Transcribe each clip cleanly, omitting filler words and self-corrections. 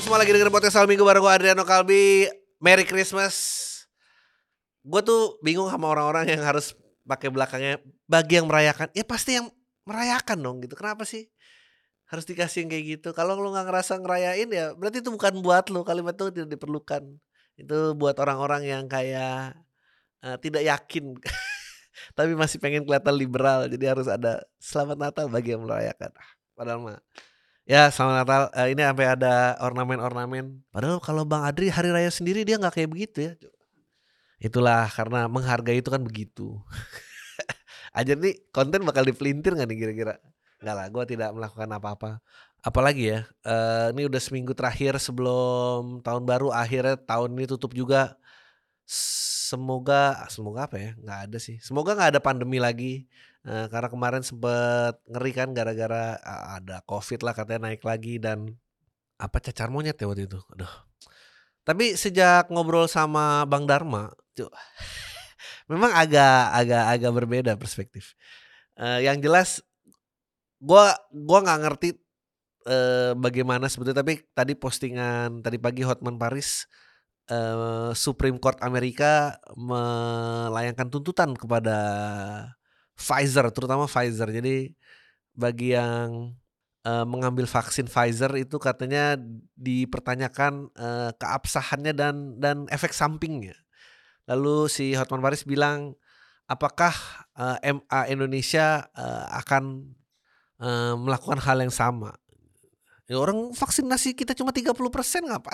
semua lagi dengerin podcast Awal Minggu bareng gue Adriano Kalbi. Merry Christmas. Gue tuh bingung sama orang-orang yang harus pakai belakangnya bagi yang merayakan. Ya pasti yang merayakan dong gitu. Kenapa sih harus dikasih yang kayak gitu? Kalau lu gak ngerasa ngerayain ya berarti itu bukan buat lu. Kalimat itu tidak diperlukan. Itu buat orang-orang yang kayak tidak yakin tapi masih pengen kelihatan liberal. Jadi harus ada Selamat Natal bagi yang merayakan. Padahal mah ya selamat Natal, ini sampai ada ornamen-ornamen. Padahal kalau Bang Adri hari raya sendiri dia gak kayak begitu ya. Itulah karena menghargai itu kan begitu. Ajar nih konten bakal dipelintir gak nih kira-kira? Enggak lah, gue tidak melakukan apa-apa. Apalagi ya, ini udah seminggu terakhir sebelum tahun baru. Akhirnya tahun ini tutup juga. Semoga apa ya, nggak ada sih. Semoga nggak ada pandemi lagi. Karena kemarin sempet ngeri kan gara-gara ada COVID lah katanya naik lagi dan apa cacar monyet ya waktu itu. Aduh. Tapi sejak ngobrol sama Bang Dharma, memang agak berbeda perspektif. Yang jelas gua nggak ngerti bagaimana sebetulnya, tapi tadi postingan tadi pagi Hotman Paris, Supreme Court Amerika melayangkan tuntutan kepada Pfizer, terutama Pfizer. Jadi bagi yang mengambil vaksin Pfizer itu katanya dipertanyakan keabsahannya dan efek sampingnya. Lalu si Hotman Paris bilang, apakah MA Indonesia akan melakukan hal yang sama? Ya orang vaksinasi kita cuma 30% ngapa?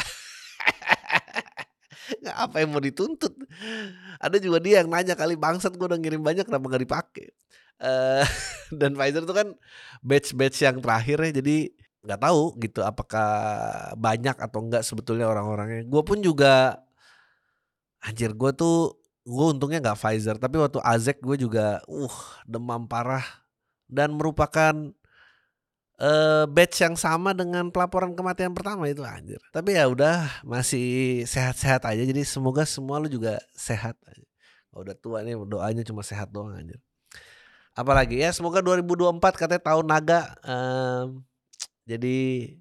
Apa yang mau dituntut? Ada juga dia yang nanya kali, bangsat gue udah ngirim banyak kenapa gak dipakai? Dan Pfizer itu kan batch yang terakhir ya, jadi nggak tahu gitu apakah banyak atau enggak sebetulnya orang-orangnya. Gue pun juga anjir, gue untungnya nggak Pfizer, tapi waktu Azek gue juga demam parah dan merupakan batch yang sama dengan pelaporan kematian pertama itu anjir. Tapi ya udah masih sehat-sehat aja, jadi semoga semua lu juga sehat aja. Udah tua nih doanya cuma sehat doang anjir. Apalagi ya semoga 2024 katanya tahun naga, jadi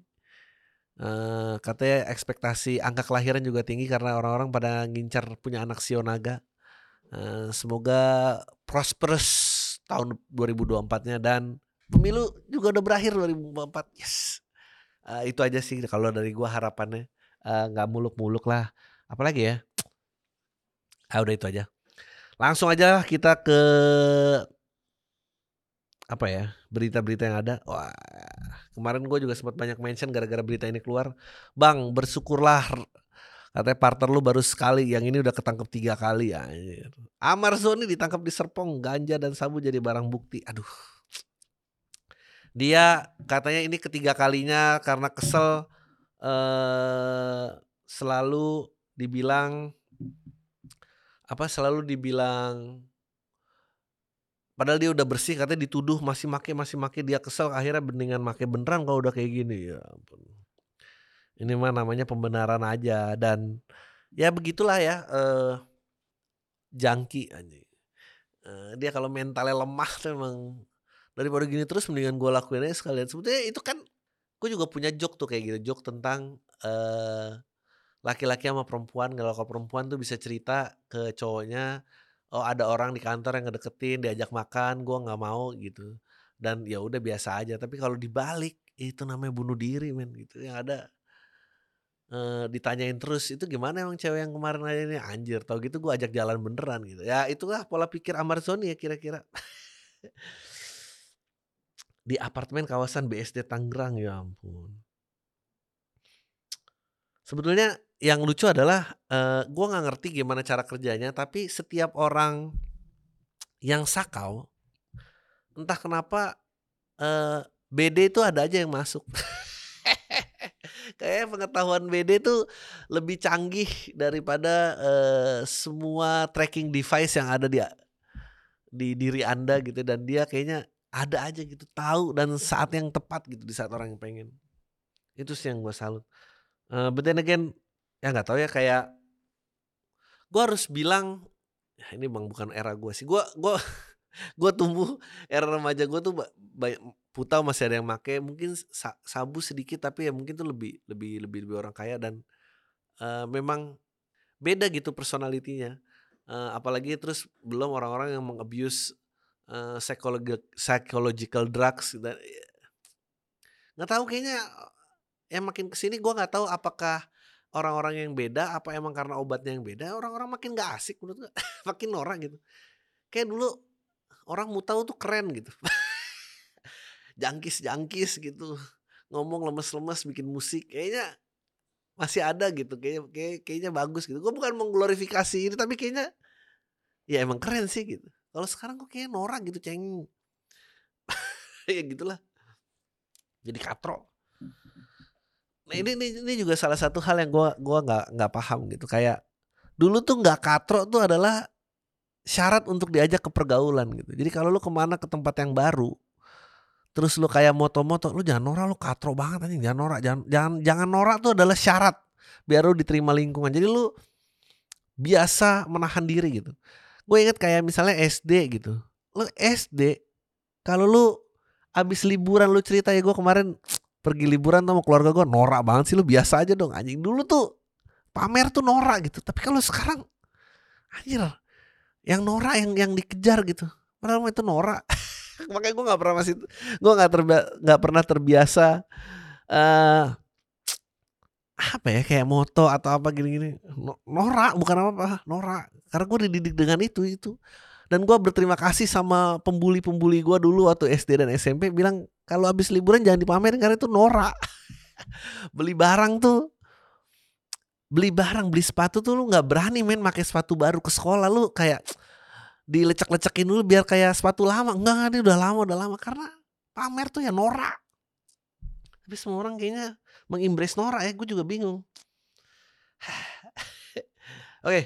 katanya ekspektasi angka kelahiran juga tinggi karena orang-orang pada ngincar punya anak sio naga. Semoga prosperous tahun 2024-nya dan pemilu juga udah berakhir 2024. Yes. Itu aja sih kalau dari gua harapannya. Nggak muluk-muluk lah. Apalagi ya? Udah itu aja. Langsung aja kita ke apa ya? Berita-berita yang ada. Wah, kemarin gua juga sempat banyak mention gara-gara berita ini keluar. Bang, bersyukurlah katanya partner lu baru sekali, yang ini udah ketangkep 3 kali ya. Amar Zoni ditangkap di Serpong, ganja dan sabu jadi barang bukti. Aduh. Dia katanya ini ketiga kalinya karena kesel selalu dibilang padahal dia udah bersih, katanya dituduh masih make, dia kesel akhirnya mendingan make beneran kalau udah kayak gini. Ya ampun. Ini mah namanya pembenaran aja dan ya begitulah ya, junkie anjing. Dia kalau mentalnya lemah tuh emang daripada gini terus mendingan gue lakuin aja sekalian. Sebetulnya itu kan gue juga punya joke tuh kayak gitu, joke tentang laki-laki sama perempuan. Kalau perempuan tuh bisa cerita ke cowoknya, oh ada orang di kantor yang ngedeketin, diajak makan, gue nggak mau gitu. Dan ya udah biasa aja. Tapi kalau dibalik itu namanya bunuh diri men gitu. Yang ada ditanyain terus itu gimana emang cewek yang kemarin aja ini anjir. Tau gitu gue ajak jalan beneran gitu. Ya itulah pola pikir Amar Zoni ya kira-kira. Di apartemen kawasan BSD Tangerang, ya ampun. Sebetulnya yang lucu adalah gue nggak ngerti gimana cara kerjanya, tapi setiap orang yang sakau entah kenapa BD itu ada aja yang masuk. Kayaknya pengetahuan BD tuh lebih canggih daripada semua tracking device yang ada di diri Anda gitu, dan dia kayaknya ada aja gitu, tahu dan saat yang tepat gitu di saat orang yang pengen. Itu sih yang gue salut. But then again, ya nggak tahu ya, kayak gue harus bilang, ya ini bang bukan era gue sih. Gue tumbuh era remaja gue tuh Putau masih ada yang make, mungkin sabu sedikit tapi ya mungkin tuh lebih orang kaya dan, memang beda gitu personality-nya, apalagi terus belum orang-orang yang meng-abuse, psychological drugs dan nggak tahu kayaknya, yang makin ke sini gua nggak tahu apakah orang-orang yang beda, apa emang karena obatnya yang beda, orang-orang makin nggak asik menurut gua, makin norak gitu. Kayak dulu orang Mutau tuh keren gitu, jangkis-jangkis gitu, ngomong lemes-lemes bikin musik, kayaknya masih ada gitu, kayaknya bagus gitu. Gua bukan mengglorifikasi ini, tapi kayaknya ya emang keren sih gitu. Kalau sekarang kok kayaknya norak gitu, cengeng. Ya gitulah, jadi katro. Nah ini juga salah satu hal yang gua nggak paham gitu, kayak dulu tuh nggak katro tuh adalah syarat untuk diajak ke pergaulan gitu. Jadi kalau lu kemana ke tempat yang baru, terus lu kayak moto-moto, "Lu jangan norak, lu katro banget anjing, jangan norak." Jangan norak tuh adalah syarat biar lu diterima lingkungan. Jadi lu biasa menahan diri gitu. Gue inget kayak misalnya SD gitu. Lu SD kalau lu abis liburan lu cerita, "Ya gue kemarin pergi liburan sama keluarga gue," norak banget sih, lu biasa aja dong anjing. Dulu tuh pamer tuh norak gitu. Tapi kalau sekarang anjir, yang norak yang dikejar gitu. Padahal mah itu norak. Makanya gue nggak pernah terbiasa, eee, apa ya, kayak moto atau apa gini-gini, norak bukan apa-apa, norak. Karena gue dididik dengan itu. Dan gue berterima kasih sama pembuli-pembuli gue dulu waktu SD dan SMP bilang, "Kalau habis liburan jangan dipamerin karena itu norak." Beli barang tuh, beli sepatu tuh lu nggak berani men pakai sepatu baru ke sekolah, lu kayak dilecek-lecekin dulu biar kayak sepatu lama. Enggak, ini udah lama, karena pamer tuh ya norak. Tapi semua orang kayaknya meng-embrace norak ya, gue juga bingung. Oke,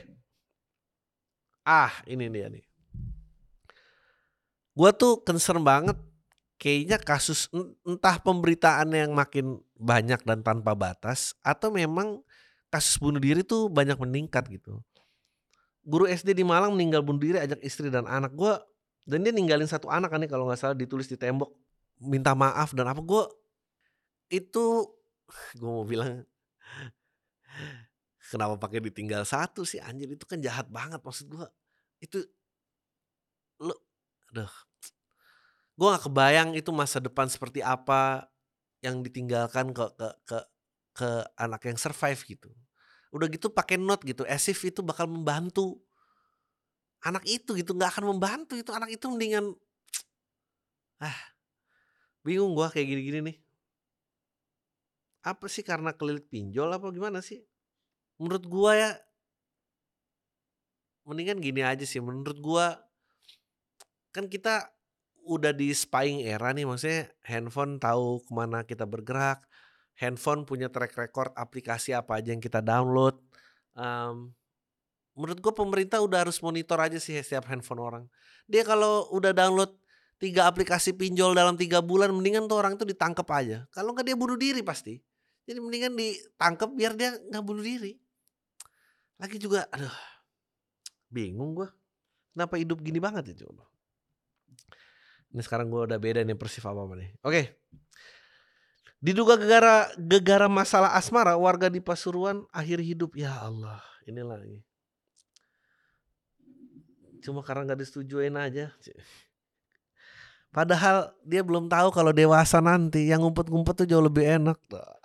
ini dia nih. Gua tuh concern banget kayaknya kasus entah pemberitaan yang makin banyak dan tanpa batas atau memang kasus bunuh diri tuh banyak meningkat gitu. Guru SD di Malang meninggal bunuh diri ajak istri dan anak. Dan dia ninggalin satu anak kan nih kalau nggak salah, ditulis di tembok, minta maaf dan apa, itu gue mau bilang, kenapa pakai ditinggal satu sih anjir, itu kan jahat banget maksud gua. Itu lu aduh, gua nggak kebayang itu masa depan seperti apa yang ditinggalkan ke anak yang survive gitu. Udah gitu pakai note gitu, as if itu bakal membantu anak itu gitu, nggak akan membantu itu anak itu, mendingan bingung gua kayak gini-gini nih. Apa sih, karena kelilit pinjol apa gimana sih? Menurut gua ya, mendingan gini aja sih, menurut gua kan kita udah di spying era nih, maksudnya handphone tahu kemana kita bergerak, handphone punya track record aplikasi apa aja yang kita download. Mmm, Menurut gua pemerintah udah harus monitor aja sih setiap handphone orang. Dia kalau udah download 3 aplikasi pinjol dalam 3 bulan, mendingan tuh orang itu ditangkap aja. Kalau enggak dia bunuh diri pasti. Jadi mendingan ditangkap biar dia nggak bunuh diri. Lagi juga aduh, bingung gua, kenapa hidup gini banget ya coba. Ini sekarang gua udah beda nih persif apa-apa nih. Oke. Diduga gegara masalah asmara, warga di Pasuruan akhiri hidup. Ya Allah, ini lagi. Cuma karena nggak disetujuin aja. Padahal dia belum tahu kalau dewasa nanti yang ngumpet-ngumpet tuh jauh lebih enak.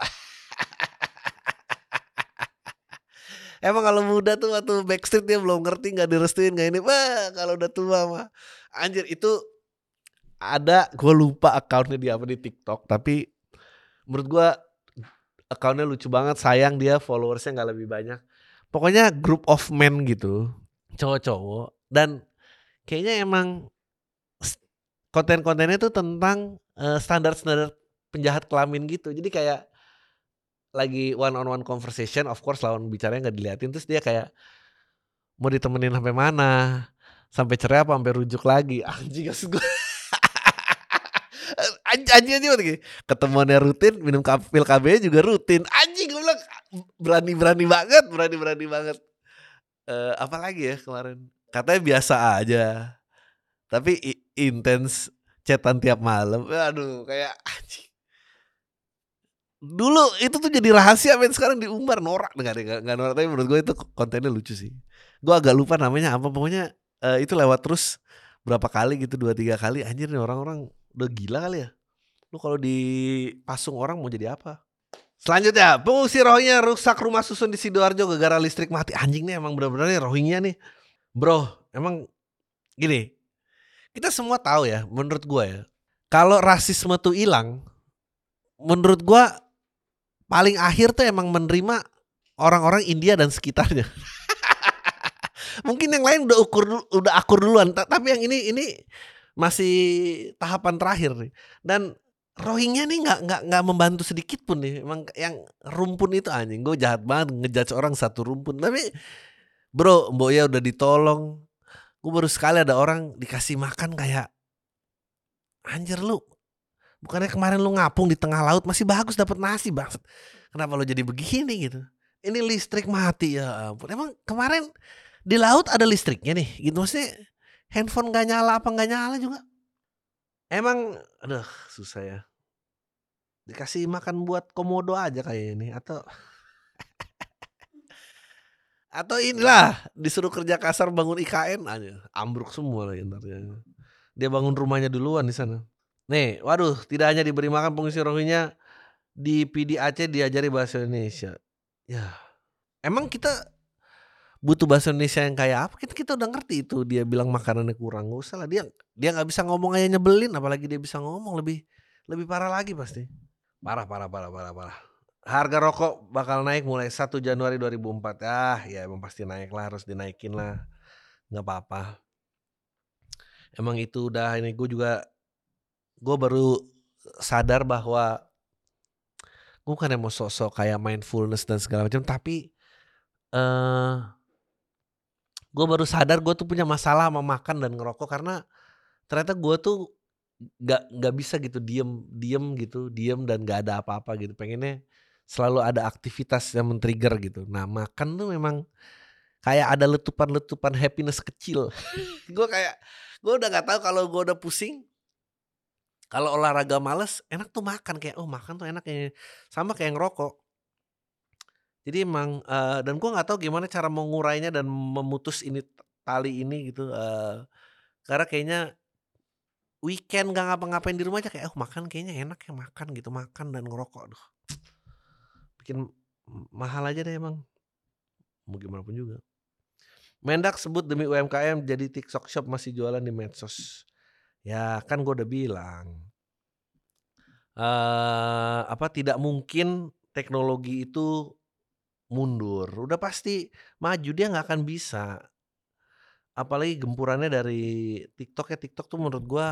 Emang kalau muda tuh waktu Backstreet dia belum ngerti, nggak direstuin, nggak ini. Wah, kalau udah tua mah anjir itu ada, gue lupa akunnya dia apa di TikTok, tapi menurut gue akunnya lucu banget. Sayang dia followersnya nggak lebih banyak. Pokoknya group of men gitu, cowok-cowok, dan kayaknya emang konten-kontennya tuh tentang standar-standar penjahat kelamin gitu. Jadi kayak lagi one on one conversation, of course lawan bicaranya nggak diliatin, terus dia kayak mau ditemenin sampai mana, sampai cerai apa sampai rujuk lagi. Anjing maksud gue. Anjing banget, ketemuannya rutin, minum pil KB juga rutin. Anjing, gue bilang berani banget. Apalagi ya kemarin, katanya biasa aja, tapi intens. Chat-an tiap malam. Aduh kayak anjing. Dulu itu tuh jadi rahasia men, sekarang diumbar, norak enggak deh, enggak norak, tapi menurut gue itu kontennya lucu sih. Gue agak lupa namanya apa, pokoknya, itu lewat terus berapa kali gitu, 2, 3 kali, anjir nih orang-orang udah gila kali ya. Lu kalau dipasung orang mau jadi apa? Selanjutnya, pengungsi Rohingya rusak rumah susun di Sidoarjo gara-gara listrik mati. Anjing nih emang bener-bener nih Rohingya nih. Bro, emang gini, kita semua tahu ya, menurut gua ya, kalau rasisme tuh hilang, menurut gua paling akhir tuh emang menerima orang-orang India dan sekitarnya. Mungkin yang lain udah akur duluan, tapi yang ini masih tahapan terakhir nih. Dan Rohingya nih nggak membantu sedikit pun nih. Emang yang rumpun itu anjing, gue jahat banget ngejudge orang satu rumpun. Tapi bro, Mboya udah ditolong. Gue baru sekali ada orang dikasih makan kayak anjir lu. Bukannya kemarin lu ngapung di tengah laut masih bagus dapat nasi bang. Kenapa lu jadi begini gitu? Ini listrik mati ya ampun. Emang kemarin di laut ada listriknya nih, gitu maksudnya handphone nggak nyala apa nggak nyala juga. Emang, aduh susah ya. Dikasih makan buat komodo aja kayak ini atau inilah disuruh kerja kasar bangun IKN aja, ambruk semua lagi entar ya. Dia bangun rumahnya duluan di sana. Nih, waduh tidak hanya diberi makan pengungsi Rohingya di PD Aceh diajari bahasa Indonesia. Ya, emang kita butuh bahasa Indonesia yang kayak apa? Kita udah ngerti itu dia bilang makanannya kurang, nggak usah lah dia nggak bisa ngomong aja nyebelin, apalagi dia bisa ngomong lebih lebih parah lagi pasti. Parah parah parah parah parah. Harga rokok bakal naik mulai 1 Januari 2004. Ya emang pasti naik lah, harus dinaikin lah. Nggak apa-apa. Emang itu udah ini gue baru sadar bahwa gue bukan mau sok-sok kayak mindfulness dan segala macam, tapi eh gue baru sadar gue tuh punya masalah sama makan dan ngerokok karena ternyata gue tuh nggak bisa gitu diem diem gitu, diem dan nggak ada apa-apa gitu, pengennya selalu ada aktivitas yang men-trigger gitu. Nah makan tuh memang kayak ada letupan-letupan happiness kecil. Gue kayak gue udah nggak tahu kalau gue udah pusing, kalau olahraga males enak tuh makan, kayak oh makan tuh enak kayaknya, sama kayak ngerokok. Jadi emang, dan gue nggak tahu gimana cara mengurainya dan memutus ini tali ini gitu, karena kayaknya weekend nggak ngapa-ngapain di rumah aja kayak, "Oh makan kayaknya enak ya makan," gitu, makan dan ngerokok, aduh bikin mahal aja deh emang, mau gimana pun juga. Mendak sebut demi UMKM jadi TikTok Shop masih jualan di medsos. Ya kan gue udah bilang, tidak mungkin teknologi itu mundur, udah pasti maju, dia nggak akan bisa. Apalagi gempurannya dari TikTok ya, TikTok tuh menurut gua,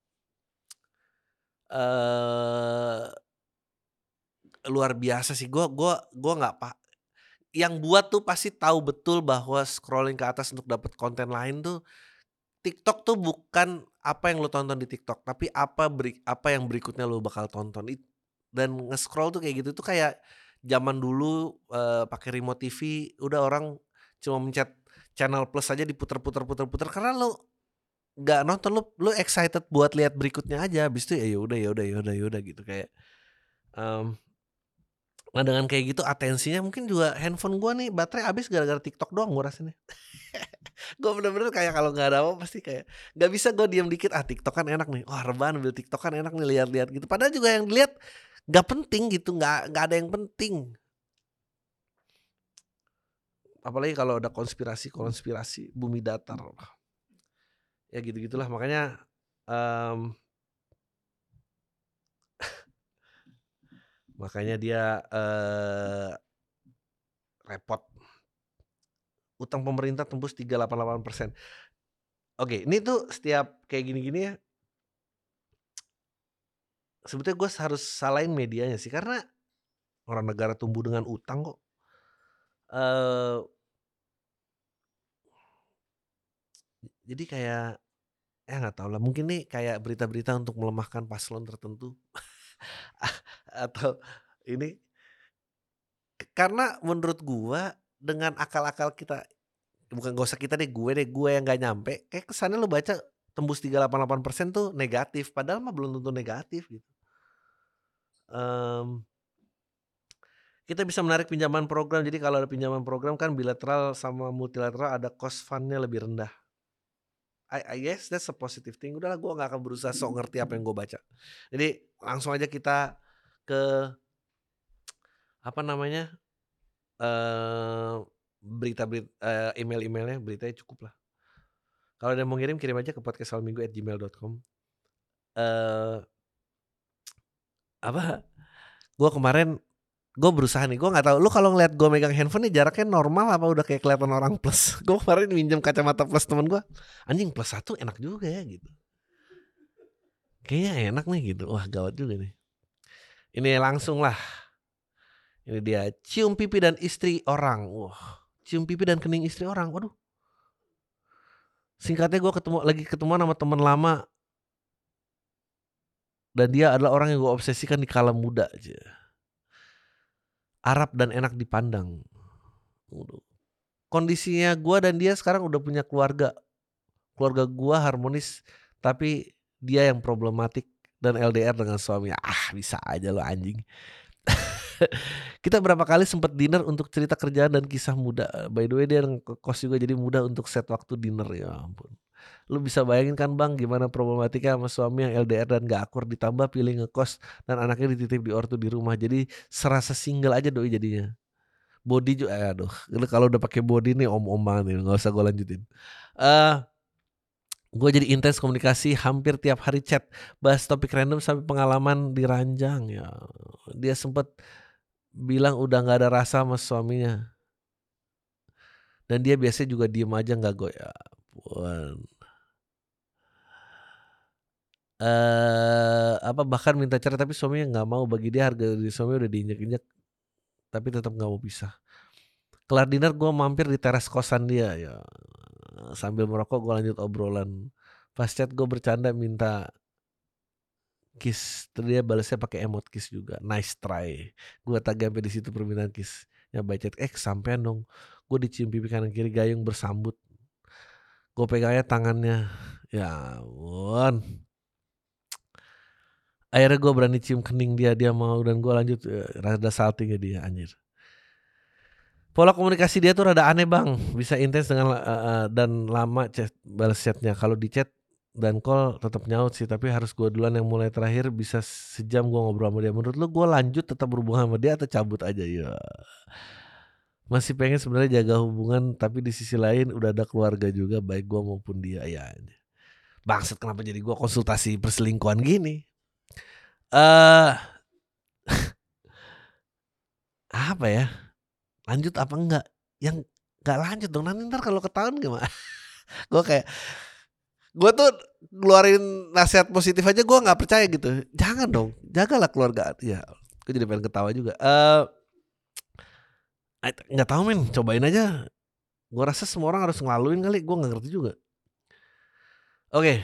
eee, luar biasa sih. Gua nggak yang buat tuh pasti tahu betul bahwa scrolling ke atas untuk dapat konten lain tuh, TikTok tuh bukan apa yang lu tonton di TikTok, tapi apa yang berikutnya lu bakal tonton dan nge-scroll tuh kayak gitu tuh kayak zaman dulu, pakai remote TV udah orang cuma mencet channel plus aja diputer-puter puter-puter karena lu nggak nonton, lu excited buat lihat berikutnya aja, habis itu ya udah ya udah ya udah ya udah gitu kayak, mmm, nah dengan kayak gitu atensinya mungkin juga handphone gua nih baterai habis gara-gara TikTok doang gua rasa nih. Gua bener-bener kayak kalau nggak ada apa pasti kayak nggak bisa gua diam dikit, TikTok kan enak nih, wah rebahan ambil TikTok kan enak nih lihat-lihat gitu, padahal juga yang dilihat nggak penting gitu, nggak ada yang penting. Apalagi kalau ada konspirasi bumi datar, ya gitu-gitulah makanya, mmm makanya dia, repot. Utang pemerintah tembus 3,88%. Oke, ini tuh setiap kayak gini-gini ya, sebetulnya gue harus salahin medianya sih, karena orang negara tumbuh dengan utang kok. Eee, jadi kayak, ya nggak tahu lah, mungkin nih kayak berita-berita untuk melemahkan paslon tertentu atau ini, karena menurut gua dengan akal-akal kita, bukan gak usah kita deh, gue yang nggak nyampe, kayak kesannya lu baca tembus 388% tuh negatif, padahal mah belum tentu negatif gitu. Mmm, kita bisa menarik pinjaman program, jadi kalau ada pinjaman program kan bilateral sama multilateral ada cost fund-nya lebih rendah. I guess that's a positive thing. Udahlah gue nggak akan berusaha sok ngerti apa yang gue baca. Jadi langsung aja kita ke apa namanya, email-emailnya, beritanya cukup lah. Kalau ada yang mau ngirim, kirim aja ke podcast@salminggu@gmail.com. Eee, apa, gue kemarin gue berusaha nih, gue nggak tahu lu kalau ngeliat gue megang handphone nih jaraknya normal apa udah kayak kelihatan orang plus. Gue kemarin minjem kacamata plus temen gue, anjing plus 1 enak juga ya gitu. Kayaknya enak nih gitu. Wah gawat juga nih. Ini langsung lah. Ini dia, cium pipi dan istri orang. Wah, cium pipi dan kening istri orang. Waduh. Singkatnya gue lagi ketemuan sama teman lama dan dia adalah orang yang gue obsesikan di kala muda aja. Arab dan enak dipandang. Waduh. Kondisinya gue dan dia sekarang udah punya keluarga. Keluarga gue harmonis, tapi dia yang problematik dan LDR dengan suaminya. Ah, bisa aja lo anjing. Kita berapa kali sempat dinner untuk cerita kerjaan dan kisah muda. By the way dia ngekos juga jadi mudah untuk set waktu dinner, ya ampun. Lu bisa bayangin kan Bang gimana problematika sama suami yang LDR dan gak akur ditambah pilih ngekos dan anaknya dititip di ortu di rumah. Jadi serasa single aja doi jadinya. Body juga aduh, kalau udah pakai body nih om-om banget nih, enggak usah gue lanjutin. Gue jadi intens komunikasi hampir tiap hari chat, bahas topik random sampai pengalaman di ranjang ya. Dia sempat bilang udah nggak ada rasa sama suaminya. Dan dia biasanya juga diem aja nggak gue ya ampun. Apa bahkan minta cerai tapi suaminya nggak mau, bagi dia harga diri suami udah diinjek-injek tapi tetap nggak mau pisah. Kelar dinner gue mampir di teras kosan dia ya. Sambil merokok gue lanjut obrolan. Pas chat gue bercanda minta kiss, terus dia balasnya pakai emot kiss juga. Nice try. Gue tagih sampai di situ permintaan kiss. Ya by chat, kesampean dong. Gue dicium pipi kanan kiri gayung bersambut. Gue pegangnya tangannya. Ya ampun. Akhirnya gue berani cium kening dia, dia mau dan gue lanjut rada salting ya dia anjir. Pola komunikasi dia tuh rada aneh Bang, bisa intens dengan dan lama chat balas chatnya. Kalau di chat dan call tetap nyaut sih, tapi harus gue duluan yang mulai, terakhir bisa sejam gue ngobrol sama dia. Menurut lu gue lanjut tetap berhubungan sama dia atau cabut aja ya? Masih pengen sebenarnya jaga hubungan, tapi di sisi lain udah ada keluarga juga baik gue maupun dia ya. Bangsat kenapa jadi gue konsultasi perselingkuhan gini? Apa ya? Lanjut apa enggak? Yang enggak lanjut dong, nanti ntar kalau ketahuan gimana? Gue tuh ngeluarin nasihat positif aja gue nggak percaya gitu. Jangan dong, jagalah keluarga. Ya, gue jadi pengen ketawa juga. Nggak tahu men, cobain aja. Gue rasa semua orang harus ngelaluin kali. Gue nggak ngerti juga. Oke,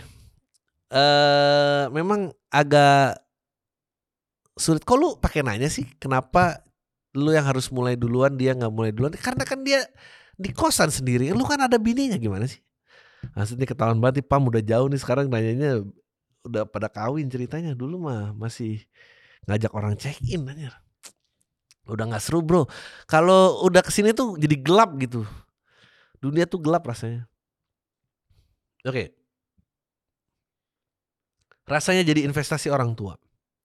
memang agak sulit. Kok lu pakai nanya sih? Kenapa lu yang harus mulai duluan, dia nggak mulai duluan? Karena kan dia di kosan sendiri. Lu kan ada bininya, gimana sih? Maksudnya ketahuan banget nih Pam udah jauh nih sekarang nanyanya udah pada kawin ceritanya. Dulu mah masih ngajak orang check in aja. Udah gak seru bro. Kalau udah kesini tuh jadi gelap gitu. Dunia tuh gelap rasanya. Oke. Rasanya jadi investasi orang tua.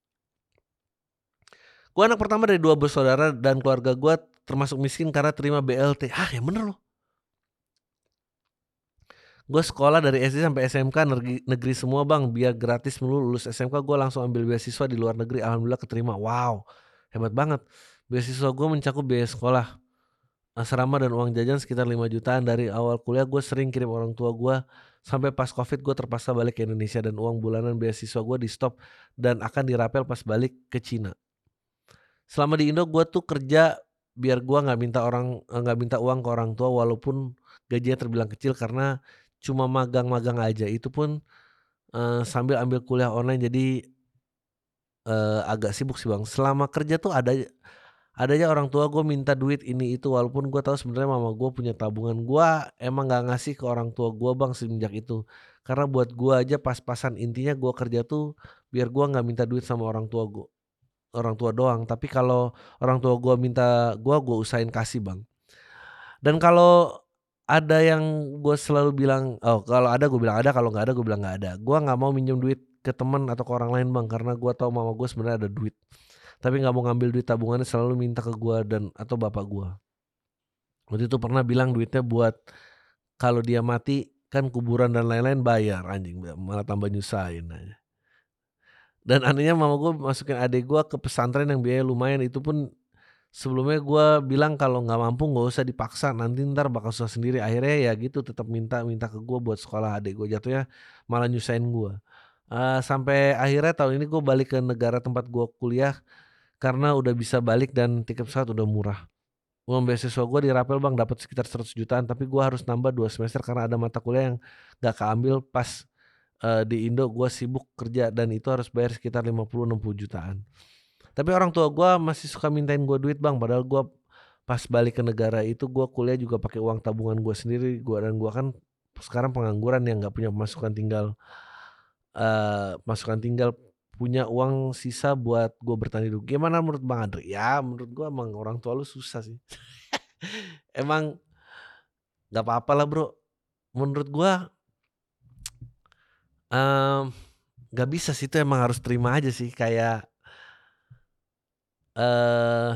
Gue anak pertama dari 2 bersaudara dan keluarga gue termasuk miskin karena terima BLT. Ah ya bener loh. Gue sekolah dari SD sampai SMK negeri semua bang, biar gratis mulu. Lulus SMK gue langsung ambil beasiswa di luar negeri, alhamdulillah keterima. Wow, hebat banget. Beasiswa gue mencakup biaya sekolah, asrama dan uang jajan sekitar 5 jutaan. Dari awal kuliah gue sering kirim orang tua gue, sampai pas COVID gue terpaksa balik ke Indonesia dan uang bulanan beasiswa gue di stop dan akan dirapel pas balik ke Cina. Selama di Indo gue tuh kerja biar gue nggak minta uang ke orang tua walaupun gajinya terbilang kecil karena cuma magang-magang aja. Itu pun sambil ambil kuliah online jadi agak sibuk sih Bang. Selama kerja tuh ada Ada aja orang tua gue minta duit ini itu walaupun gue tahu sebenarnya mama gue punya tabungan. Gua emang nggak ngasih ke orang tua gue Bang semenjak itu. Karena buat gue aja pas-pasan, intinya gue kerja tuh biar gue nggak minta duit sama orang tua doang. Tapi kalau orang tua gue minta gue usahain kasih Bang. Dan kalau ada yang gue selalu bilang, oh kalau ada gue bilang ada, kalau nggak ada gue bilang nggak ada. Gue nggak mau minjem duit ke teman atau ke orang lain Bang, karena gue tahu mama gue sebenarnya ada duit. Tapi nggak mau ngambil duit tabungannya, selalu minta ke gue dan atau bapak gue. Waktu itu pernah bilang duitnya buat kalau dia mati kan kuburan dan lain-lain bayar, anjing malah tambah nyusahin aja. Dan anehnya mama gue masukin adik gue ke pesantren yang biaya lumayan, itu pun sebelumnya gue bilang kalau nggak mampu nggak usah dipaksa, nanti ntar bakal susah sendiri. Akhirnya ya gitu tetap minta ke gue buat sekolah adik gue, jatuhnya malah nyusahin gue. Sampai akhirnya tahun ini gue balik ke negara tempat gue kuliah karena udah bisa balik dan tiket pesawat udah murah. Uang beasiswa gue di Rapel Bang dapat sekitar 100 jutaan, tapi gue harus nambah 2 semester karena ada mata kuliah yang gak keambil pas di Indo gue sibuk kerja dan itu harus bayar sekitar 50-60 jutaan. Tapi orang tua gue masih suka mintain gue duit Bang, padahal gue pas balik ke negara itu gue kuliah juga pakai uang tabungan gue sendiri. Gue kan sekarang pengangguran yang nggak punya pemasukan, tinggal punya uang sisa buat gue bertahan hidup. Gimana menurut Bang Andre? Ya menurut gue emang orang tua lu susah sih. Emang nggak apa-apa lah bro. Menurut gue nggak bisa sih, itu emang harus terima aja sih, kayak eh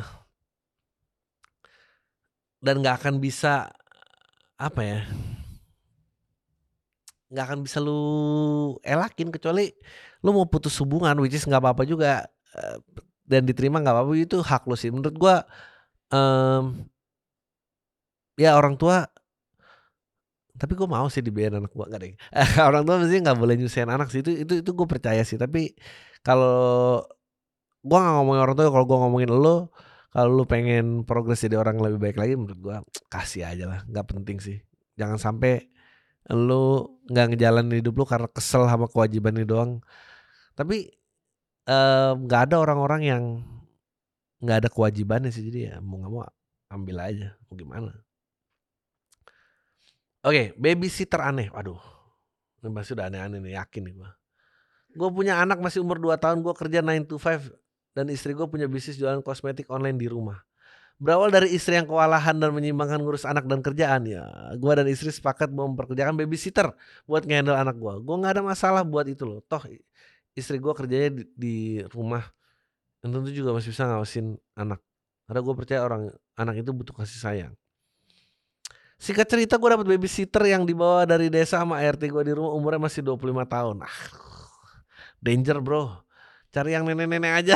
dan nggak akan bisa apa ya, nggak akan bisa lu elakin kecuali lu mau putus hubungan, which is nggak apa-apa juga, dan diterima nggak apa-apa, itu hak lu sih menurut gua. Ya orang tua, tapi gua mau sih dibiayain anak gua, nggak deh. Orang tua mesti nggak boleh nyusahin anak sih, itu gua percaya sih. Tapi kalau gua nggak ngomongin orang tua, kalau gua ngomongin elu, kalau lu pengen progres jadi orang yang lebih baik lagi, menurut gua kasih aja lah, nggak penting sih. Jangan sampai lu nggak ngejalanin hidup lu karena kesel sama kewajiban ini doang. Tapi nggak ada orang-orang yang nggak ada kewajibannya sih, jadi ya mau nggak mau ambil aja, mau gimana. Oke, babysitter aneh, waduh ini pasti udah aneh-aneh nih, yakin nih gua. Gua punya anak masih umur 2 tahun, gua kerja 9 to 5 dan istri gua punya bisnis jualan kosmetik online di rumah. Berawal dari istri yang kewalahan dan menyimbangkan ngurus anak dan kerjaan, ya gua dan istri sepakat memperkerjakan babysitter buat nge-handle anak gua. Gua nggak ada masalah buat itu loh, toh istri gua kerjanya di rumah dan tentu juga masih bisa ngawasin anak. Karena gua percaya anak itu butuh kasih sayang. Singkat cerita, gua dapet babysitter yang dibawa dari desa sama ART gua di rumah, umurnya masih 25 tahun. Danger bro, cari yang nenek-nenek aja.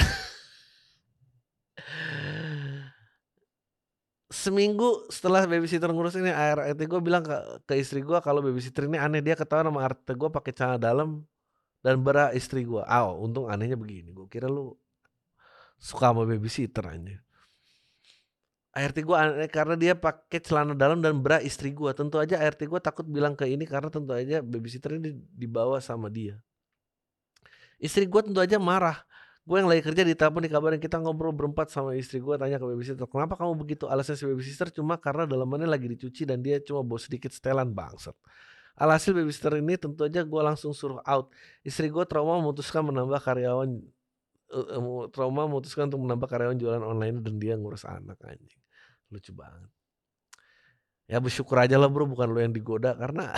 Seminggu setelah babysitter ngurus ini, ART gue bilang ke istri gue kalau babysitter ini aneh, dia ketahuan sama ART gue pakai celana dalam dan bra istri gue. Untung anehnya begini, gue kira lu suka sama babysitter aja. ART gue aneh karena dia pakai celana dalam dan bra istri gue. Tentu aja ART gue takut bilang ke ini karena tentu aja babysitter ini dibawa sama dia. Istri gue tentu aja marah. Gue yang lagi kerja ditelepon, dikabarin, kita ngobrol berempat sama istri gue, tanya ke babysitter, kenapa kamu begitu? Alasan si babysitter cuma karena dalamannya lagi dicuci dan dia cuma bawa sedikit setelan, bangsat. Alhasil babysitter ini tentu aja gue langsung suruh out. Istri gue trauma memutuskan untuk menambah karyawan jualan online dan dia ngurus anak, anjing. Lucu banget. Ya bersyukur aja lah bro, bukan lo yang digoda, karena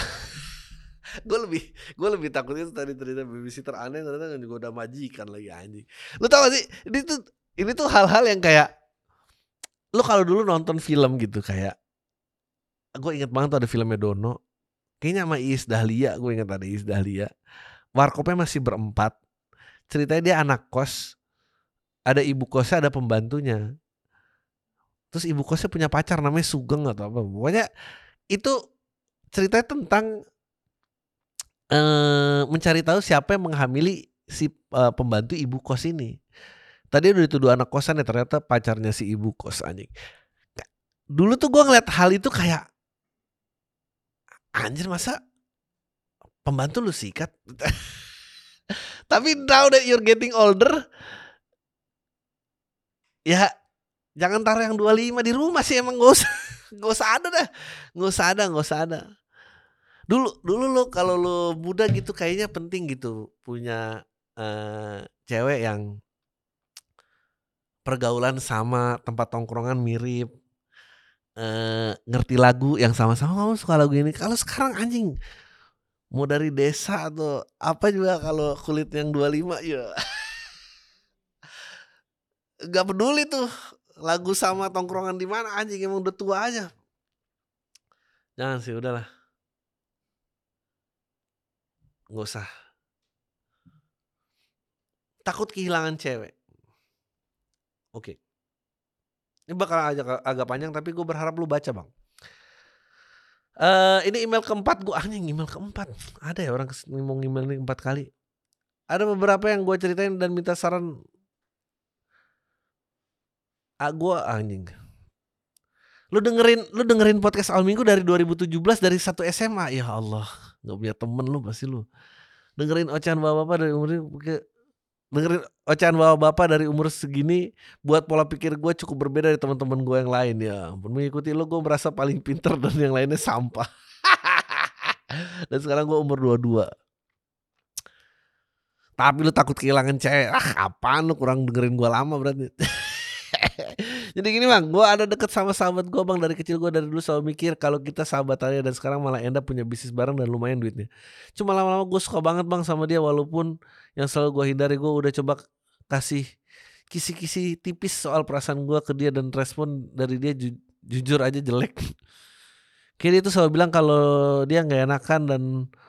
gue lebih takut itu tadi, ternyata babysitter aneh ternyata ngegoda majikan lagi, anjing. Lu tau gak sih ini tuh hal-hal yang kayak lu kalau dulu nonton film gitu, kayak gue inget banget tuh ada filmnya Dono kayaknya sama Iis Dahlia, gue inget ada Iis Dahlia, warkopnya masih berempat, ceritanya dia anak kos, ada ibu kosnya, ada pembantunya, terus ibu kosnya punya pacar namanya Sugeng atau apa, pokoknya itu ceritanya tentang mencari tahu siapa yang menghamili si pembantu ibu kos ini. Tadi udah dituduh anak kosan ya, ternyata pacarnya si ibu kos, anjing. Dulu tuh gue ngeliat hal itu kayak anjir, masa pembantu lu sikat? Tapi now that you're getting older, ya Jangan taruh yang 25 di rumah sih, emang nggak usah nggak usah ada dah, nggak usah ada. Dulu dulu lu kalau lu muda gitu kayaknya penting gitu punya, cewek yang pergaulan sama, tempat tongkrongan mirip, ngerti lagu yang sama-sama, "Kamu suka lagu ini." Kalau sekarang anjing, mau dari desa atau apa juga kalau kulit yang 25 ya nggak peduli tuh lagu sama tongkrongan di mana, anjing emang udah tua aja. Jangan sih, udahlah, nggak usah. Takut kehilangan cewek. Oke, ini bakal agak panjang tapi gue berharap lu baca, Bang. Ini email keempat gue, anjing email keempat, ada ya orang mau email nih 4 kali. Ada beberapa yang gue ceritain dan minta saran, gue anjing. Lu dengerin podcast Awal Minggu dari 2017 dari satu SMA, ya Allah, nggak punya temen lu pasti lu. Dengerin ocehan bapak-bapak dari umur dengerin ocehan bapak-bapak dari umur segini buat pola pikir gue cukup berbeda dari teman-teman gue yang lain, ya ampun mengikuti lu gue merasa paling pinter dan yang lainnya sampah. Dan sekarang gue umur 22. Tapi lu takut kehilangan cewek, apaan lu kurang dengerin gue lama berarti. Jadi gini Bang, gue ada deket sama sahabat gue Bang dari kecil, gue dari dulu selalu mikir kalau kita sahabatannya dan sekarang malah end up punya bisnis bareng dan lumayan duitnya. Cuma lama-lama gue suka banget Bang sama dia walaupun yang selalu gue hindari, gue udah coba kasih kisi-kisi tipis soal perasaan gue ke dia dan respon dari dia jujur aja jelek. Kayak dia tuh selalu bilang kalau dia nggak enakan dan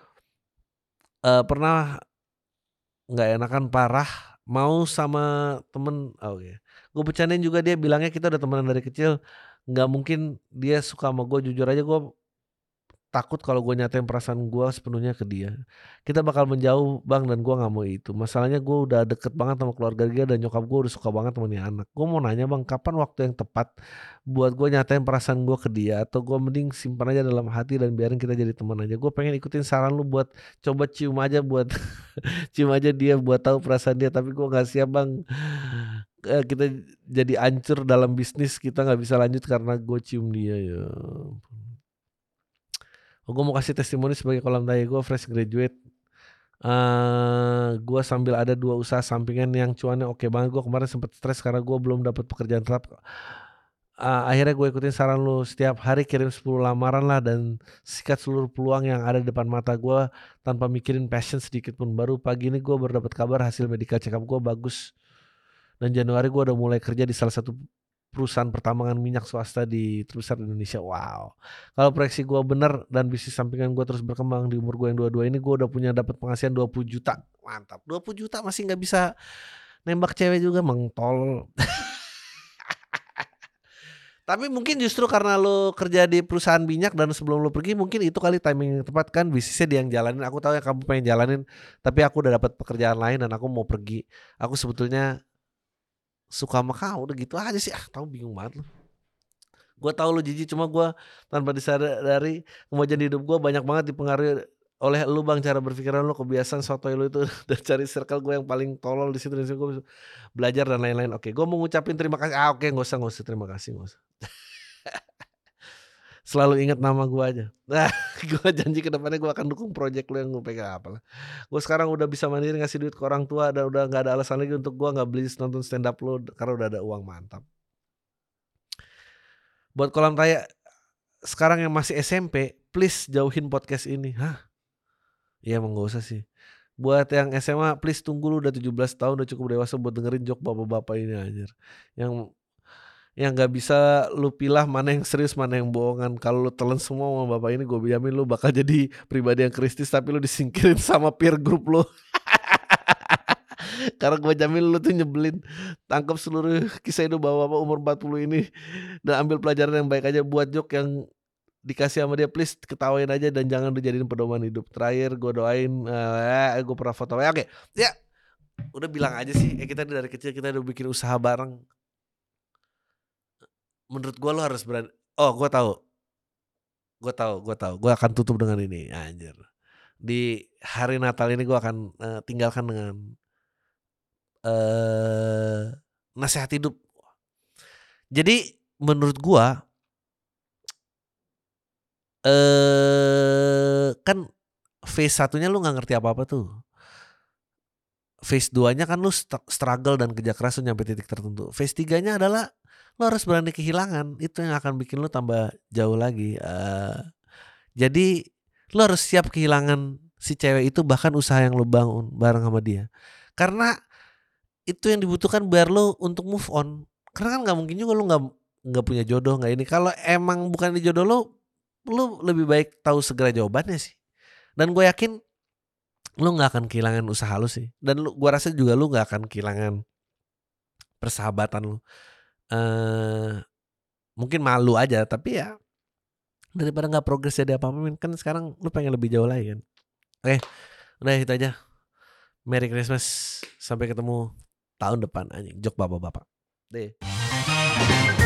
pernah nggak enakan parah mau sama temen, oke. Gue bercandain juga dia bilangnya kita udah temenan dari kecil, nggak mungkin dia suka sama gue, jujur aja gue takut kalau gue nyatain perasaan gue sepenuhnya ke dia. Kita bakal menjauh Bang dan gue nggak mau itu. Masalahnya gue udah deket banget sama keluarga dia dan nyokap gue udah suka banget sama nih anak. Gue mau nanya Bang, kapan waktu yang tepat buat gue nyatain perasaan gue ke dia atau gue mending simpan aja dalam hati dan biarin kita jadi teman aja. Gue pengen ikutin saran lu buat coba cium aja buat cium aja dia buat tahu perasaan dia, tapi gue nggak siap Bang, kita jadi hancur dalam bisnis, kita nggak bisa lanjut karena gue cium dia, ya ampun. Gue mau kasih testimoni sebagai kolam tai gue fresh graduate, gue sambil ada 2 usaha sampingan yang cuannya oke banget. Gue kemarin sempet stres karena gue belum dapat pekerjaan tetap. Akhirnya gue ikutin saran lu, setiap hari kirim 10 lamaran lah dan sikat seluruh peluang yang ada di depan mata gue tanpa mikirin passion sedikit pun. Baru pagi ini gue baru dapat kabar hasil medical check up gue bagus dan Januari gue udah mulai kerja di salah satu perusahaan pertambangan minyak swasta terbesar di Indonesia. Wow, kalau proyeksi gue bener dan bisnis sampingan gue terus berkembang di umur gue yang 22 ini, gue udah punya dapat penghasilan 20 juta. Mantap, 20 juta masih nggak bisa nembak cewek juga, mengtol. Tapi mungkin justru karena lu kerja di perusahaan minyak dan sebelum lu pergi mungkin itu kali timing yang tepat kan, bisnisnya dia yang jalanin. Aku tahu ya kamu pengen jalanin, tapi aku udah dapat pekerjaan lain dan aku mau pergi. Aku sebetulnya suka sama kamu, udah gitu aja sih. Tahu bingung banget lu. Gua tahu lu jijik, cuma gua tanpa disadari kemajuan hidup gua banyak banget dipengaruhi oleh lu Bang, cara berpikiran lu, kebiasaan sotoy lu itu dan cari circle gue yang paling tolol di situ, gue belajar dan lain-lain. Oke, gua mau ngucapin terima kasih. Oke, nggak usah terima kasih, nggak usah. Selalu ingat nama gua aja. Nah, gua janji ke depannya gua akan dukung project lu yang lu pegang apalah. Gua sekarang udah bisa mandiri ngasih duit ke orang tua dan udah nggak ada alasan lagi untuk gua nggak beli nonton stand up lu karena udah ada uang, mantap. Buat kolam taya sekarang yang masih SMP, please jauhin podcast ini. Hah? Iya emang nggak usah sih. Buat yang SMA, please tunggu lu udah 17 tahun, udah cukup dewasa buat dengerin joke bapak-bapak ini anjir. Yang yang nggak bisa lu pilah mana yang serius, mana yang bohongan. Kalau lu telan semua sama bapak ini, gue jamin lu bakal jadi pribadi yang kristis, tapi lu disingkirin sama peer group lu. Karena gue jamin lu tuh nyebelin. Tangkap seluruh kisah hidup bapak-bapak umur 40 ini dan ambil pelajaran yang baik aja buat joke yang dikasih sama dia, please ketawain aja dan jangan dijadiin pedoman hidup. Terakhir gue doain, gue pernah foto. Oke, ya udah bilang aja sih. Kita dari kecil kita udah bikin usaha bareng. Menurut gue lo harus berani. Oh, gue tahu. Gue akan tutup dengan ini, anjir. Di hari Natal ini gue akan tinggalkan dengan nasihat hidup. Jadi menurut gua, kan phase satunya lu nggak ngerti apa-apa tuh. Phase 2-nya kan lu struggle dan kerja keras tuh nyampe titik tertentu. Phase 3-nya adalah lu harus berani kehilangan, itu yang akan bikin lu tambah jauh lagi, jadi lu harus siap kehilangan si cewek itu bahkan usaha yang lu bangun bareng sama dia. Karena itu yang dibutuhkan biar lu untuk move on. Karena kan nggak mungkin juga lu nggak punya jodoh, nggak ini. Kalau emang bukan di jodoh lu lebih baik tahu segera jawabannya sih. Dan gue yakin lu nggak akan kehilangan usaha lu sih. Dan gua rasa juga lu nggak akan kehilangan persahabatan lu. Eee, Mungkin malu aja, tapi ya daripada nggak progres jadi apa-apa kan sekarang lu pengen lebih jauh lagi kan. Oke, udah itu aja. Merry Christmas, sampai ketemu tahun depan anjing, jok bapak-bapak. Deh.